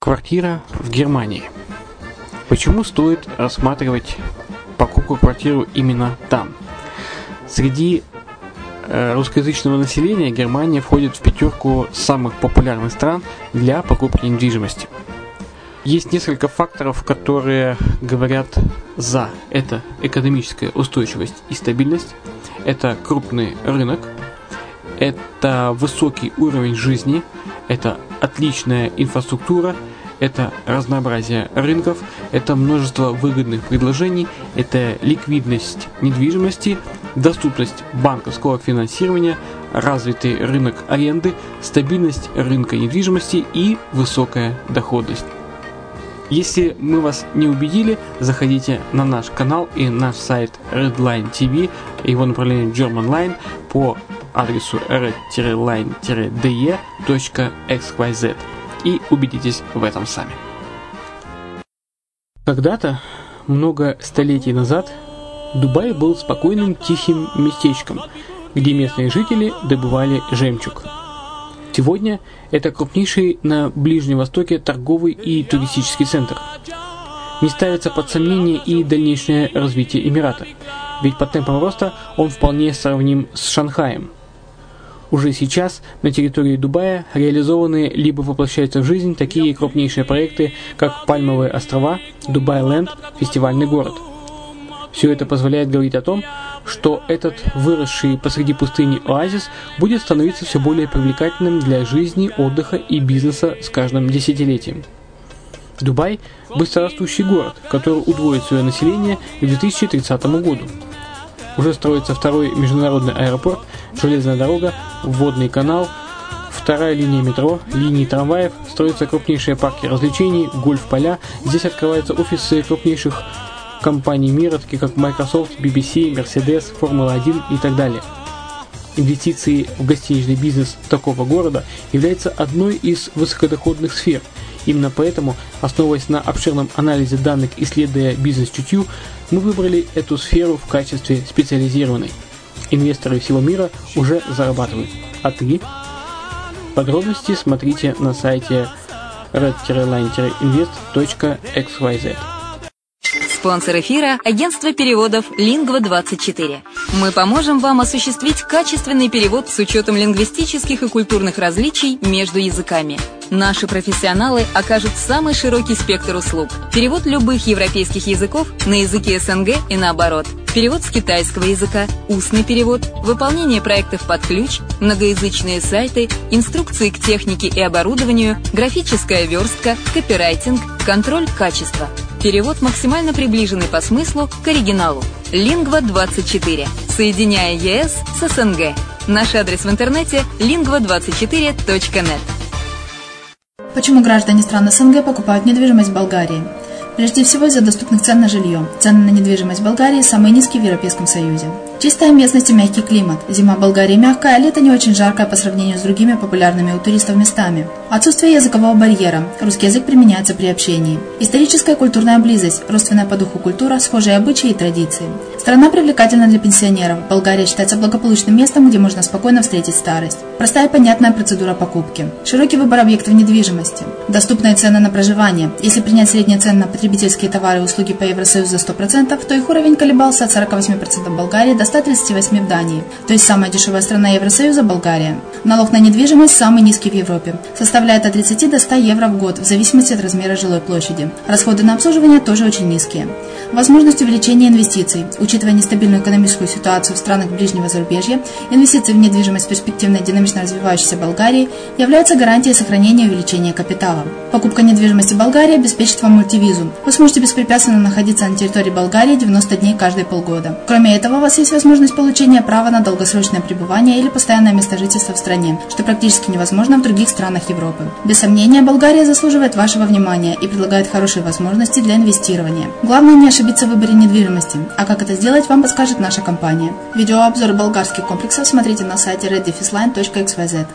Квартира в Германии. Почему стоит рассматривать покупку квартиры именно там? Среди русскоязычного населения Германия входит в пятерку самых популярных стран для покупки недвижимости. Есть несколько факторов, которые говорят за. Это экономическая устойчивость и стабильность, это крупный рынок, это высокий уровень жизни, это отличная инфраструктура, это разнообразие рынков, это множество выгодных предложений, это ликвидность недвижимости, доступность банковского финансирования, развитый рынок аренды, стабильность рынка недвижимости и высокая доходность. Если мы вас не убедили, заходите на наш канал и наш сайт Redline TV, его направление German Line по адресу red-line-de.xyz и убедитесь в этом сами. Когда-то, много столетий назад, Дубай был спокойным тихим местечком, где местные жители добывали жемчуг. Сегодня это крупнейший на Ближнем Востоке торговый и туристический центр. Не ставится под сомнение и дальнейшее развитие Эмирата, ведь по темпам роста он вполне сравним с Шанхаем. Уже сейчас на территории Дубая реализованы либо воплощаются в жизнь такие крупнейшие проекты, как Пальмовые острова, Дубай-Ленд, фестивальный город. Все это позволяет говорить о том, что этот выросший посреди пустыни оазис будет становиться все более привлекательным для жизни, отдыха и бизнеса с каждым десятилетием. Дубай – быстрорастущий город, который удвоит свое население к 2030 году. Уже строится второй международный аэропорт, железная дорога, водный канал, вторая линия метро, линии трамваев, строятся крупнейшие парки развлечений, гольф-поля. Здесь открываются офисы крупнейших компаний мира, таких как Microsoft, BBC, Mercedes, Формула-1 и так далее. Инвестиции в гостиничный бизнес такого города являются одной из высокодоходных сфер. Именно поэтому, основываясь на обширном анализе данных, исследуя бизнес-чутью, мы выбрали эту сферу в качестве специализированной. Инвесторы всего мира уже зарабатывают. А ты? Подробности смотрите на сайте red-line-invest.xyz. Спонсор эфира – агентство переводов Lingva24. Мы поможем вам осуществить качественный перевод с учетом лингвистических и культурных различий между языками. Наши профессионалы окажут самый широкий спектр услуг. Перевод любых европейских языков на языки СНГ и наоборот. Перевод с китайского языка, устный перевод, выполнение проектов под ключ, многоязычные сайты, инструкции к технике и оборудованию, графическая верстка, копирайтинг, контроль качества. Перевод максимально приближенный по смыслу к оригиналу. Lingva24. Соединяя ЕС с СНГ. Наш адрес в интернете lingva24.net. Почему граждане стран СНГ покупают недвижимость в Болгарии? Прежде всего из-за доступных цен на жилье. Цены на недвижимость в Болгарии самые низкие в Европейском Союзе. Чистая местность и мягкий климат. Зима в Болгарии мягкая, а лето не очень жаркое по сравнению с другими популярными у туристов местами. Отсутствие языкового барьера. Русский язык применяется при общении. Историческая и культурная близость. Родственная по духу культура, схожие обычаи и традиции. Страна привлекательна для пенсионеров. Болгария считается благополучным местом, где можно спокойно встретить старость. Простая и понятная процедура покупки. Широкий выбор объектов недвижимости. Доступные цены на проживание. Если принять средние цены на потребительские товары и услуги по Евросоюзу за 100%, то их уровень колебался от 48% в Болгарии до 138% в Дании. То есть самая дешевая страна Евросоюза – Болгария. Налог на недвижимость самый низкий в Европе. Составляет от 30 до 100 евро в год, в зависимости от размера жилой площади. Расходы на обслуживание тоже очень низкие. Возможность увеличения инвестиций. Учитывая нестабильную экономическую ситуацию в странах ближнего зарубежья, инвестиции в недвижимость в перспективной динамично развивающейся Болгарии являются гарантией сохранения и увеличения капитала. Покупка недвижимости в Болгарии обеспечит вам мультивизу. Вы сможете беспрепятственно находиться на территории Болгарии 90 дней каждые полгода. Кроме этого, у вас есть возможность получения права на долгосрочное пребывание или постоянное место жительства в стране, что практически невозможно в других странах Европы. Без сомнения, Болгария заслуживает вашего внимания и предлагает хорошие возможности для инвестирования. Главное не ошибиться в выборе недвижимости, а как это сделать, вам подскажет наша компания. Видеообзор болгарских комплексов смотрите на сайте red-line.xyz.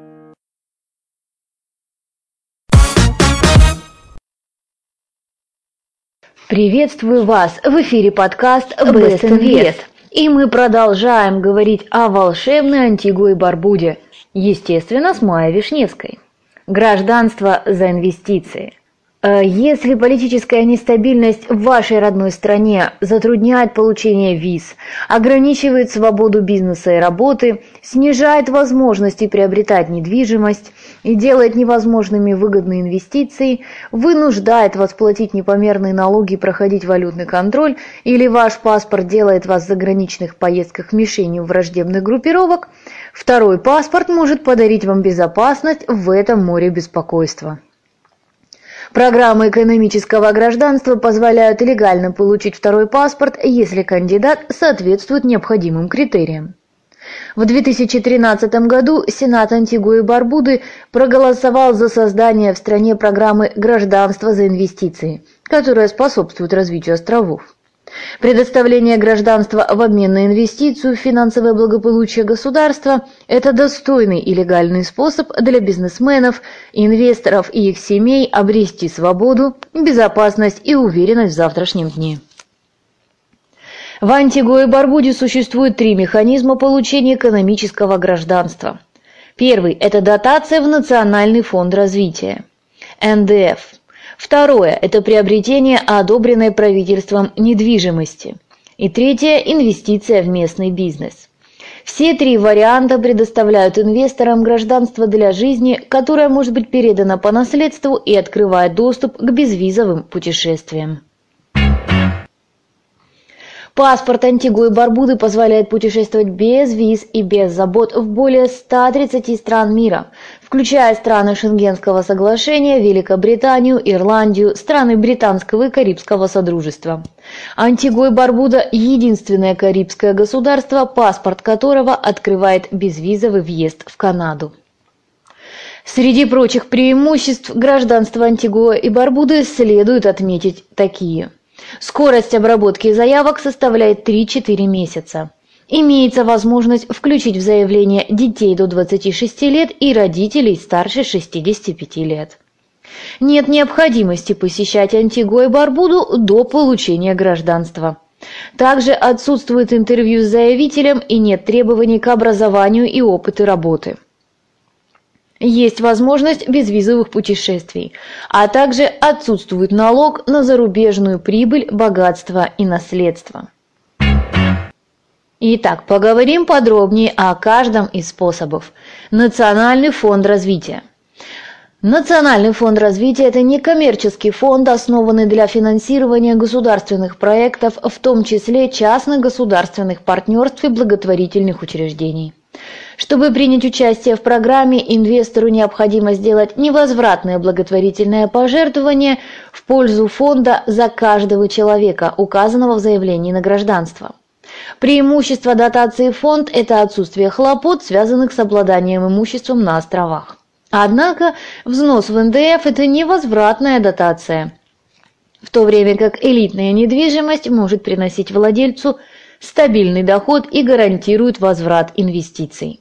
Приветствую вас! В эфире подкаст Best Invest. И мы продолжаем говорить о волшебной Антигуа и Барбуде, естественно, с Майей Вишневской. Гражданство за инвестиции. Если политическая нестабильность в вашей родной стране затрудняет получение виз, ограничивает свободу бизнеса и работы, снижает возможности приобретать недвижимость и делает невозможными выгодные инвестиции, вынуждает вас платить непомерные налоги и проходить валютный контроль, или ваш паспорт делает вас в заграничных поездках мишенью враждебных группировок, второй паспорт может подарить вам безопасность в этом море беспокойства. Программы экономического гражданства позволяют легально получить второй паспорт, если кандидат соответствует необходимым критериям. В 2013 году Сенат Антигуа и Барбуды проголосовал за создание в стране программы «Гражданство за инвестиции», которая способствует развитию островов. Предоставление гражданства в обмен на инвестицию в финансовое благополучие государства – это достойный и легальный способ для бизнесменов, инвесторов и их семей обрести свободу, безопасность и уверенность в завтрашнем дне. В Антигуа и Барбуде существует 3 механизма получения экономического гражданства. Первый – это дотация в Национальный фонд развития – НДФ. Второе – это приобретение одобренной правительством недвижимости. И третье – инвестиция в местный бизнес. Все 3 варианта предоставляют инвесторам гражданство для жизни, которое может быть передано по наследству и открывает доступ к безвизовым путешествиям. Паспорт Антигуа и Барбуды позволяет путешествовать без виз и без забот в более 130 стран мира, включая страны Шенгенского соглашения, Великобританию, Ирландию, страны Британского и Карибского содружества. Антигуа и Барбуда – единственное карибское государство, паспорт которого открывает безвизовый въезд в Канаду. Среди прочих преимуществ гражданства Антигуа и Барбуды следует отметить такие. Скорость обработки заявок составляет 3-4 месяца. Имеется возможность включить в заявление детей до 26 лет и родителей старше 65 лет. Нет необходимости посещать Антигуа и Барбуду до получения гражданства. Также отсутствует интервью с заявителем и нет требований к образованию и опыту работы. Есть возможность безвизовых путешествий, а также отсутствует налог на зарубежную прибыль, богатство и наследство. Итак, поговорим подробнее о каждом из способов. Национальный фонд развития. Национальный фонд развития – это некоммерческий фонд, основанный для финансирования государственных проектов, в том числе частно-государственных партнерств и благотворительных учреждений. Чтобы принять участие в программе, инвестору необходимо сделать невозвратное благотворительное пожертвование в пользу фонда за каждого человека, указанного в заявлении на гражданство. Преимущество дотации в фонд – это отсутствие хлопот, связанных с обладанием имуществом на островах. Однако взнос в НДФ – это невозвратная дотация, в то время как элитная недвижимость может приносить владельцу стабильный доход и гарантирует возврат инвестиций.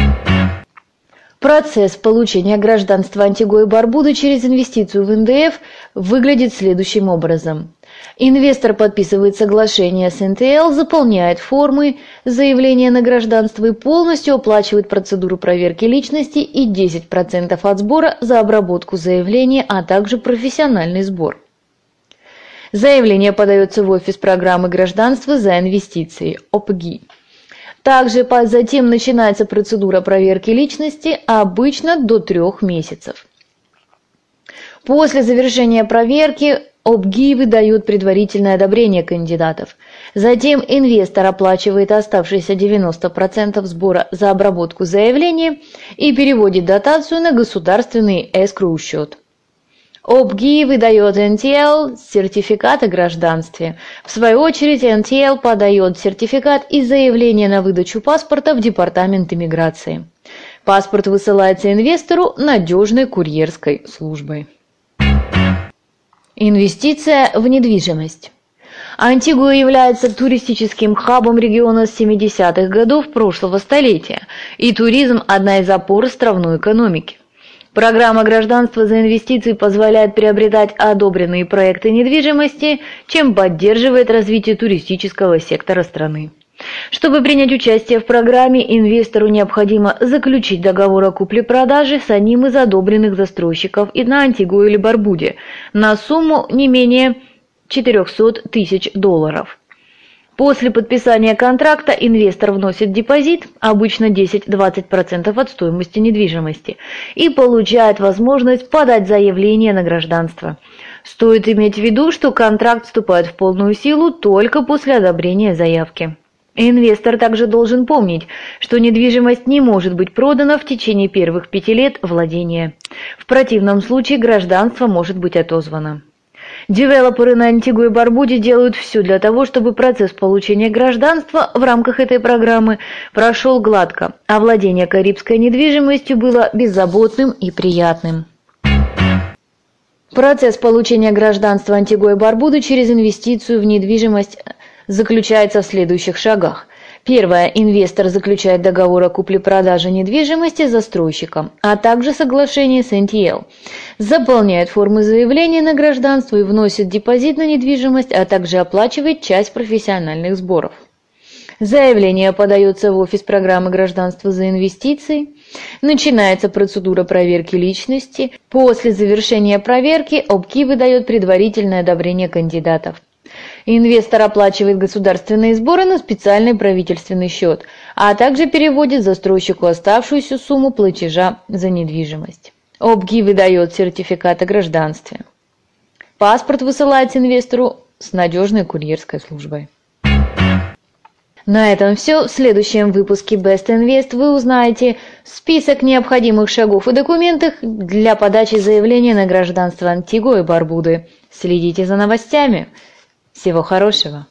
Процесс получения гражданства Антигуа и Барбуды через инвестицию в НДФ выглядит следующим образом. Инвестор подписывает соглашение с НТЛ, заполняет формы заявления на гражданство и полностью оплачивает процедуру проверки личности и 10% от сбора за обработку заявления, а также профессиональный сбор. Заявление подается в офис программы гражданства за инвестиции ОПГИ. Также затем начинается процедура проверки личности, обычно до 3 месяцев. После завершения проверки ОПГИ выдает предварительное одобрение кандидатов. Затем инвестор оплачивает оставшиеся 90% сбора за обработку заявления и переводит дотацию на государственный эскроу-счет. ОПГИ выдает НТЛ сертификат о гражданстве. В свою очередь НТЛ подает сертификат и заявление на выдачу паспорта в Департамент иммиграции. Паспорт высылается инвестору надежной курьерской службой. Инвестиция в недвижимость. Антигуа является туристическим хабом региона с 70-х годов прошлого столетия, и туризм – одна из опор островной экономики. Программа гражданства за инвестиции позволяет приобретать одобренные проекты недвижимости, чем поддерживает развитие туристического сектора страны. Чтобы принять участие в программе, инвестору необходимо заключить договор о купле-продаже с одним из одобренных застройщиков и на Антигуа или Барбуде на сумму не менее $400 тысяч. После подписания контракта инвестор вносит депозит, обычно 10-20% от стоимости недвижимости, и получает возможность подать заявление на гражданство. Стоит иметь в виду, что контракт вступает в полную силу только после одобрения заявки. Инвестор также должен помнить, что недвижимость не может быть продана в течение первых 5 лет владения. В противном случае гражданство может быть отозвано. Девелоперы на Антигуа и Барбуде делают все для того, чтобы процесс получения гражданства в рамках этой программы прошел гладко, а владение карибской недвижимостью было беззаботным и приятным. Процесс получения гражданства Антигуа и Барбуды через инвестицию в недвижимость заключается в следующих шагах. Первое. Инвестор заключает договор о купле-продаже недвижимости с застройщиком, а также соглашение с NTL. Заполняет формы заявления на гражданство и вносит депозит на недвижимость, а также оплачивает часть профессиональных сборов. Заявление подается в офис программы гражданства за инвестиции. Начинается процедура проверки личности. После завершения проверки ОБКИ выдает предварительное одобрение кандидатов. Инвестор оплачивает государственные сборы на специальный правительственный счет, а также переводит застройщику оставшуюся сумму платежа за недвижимость. ОБКИ выдает сертификат о гражданстве. Паспорт высылается инвестору с надежной курьерской службой. На этом все. В следующем выпуске Best Invest вы узнаете список необходимых шагов и документов для подачи заявления на гражданство Антигуа и Барбуды. Следите за новостями. Всего хорошего!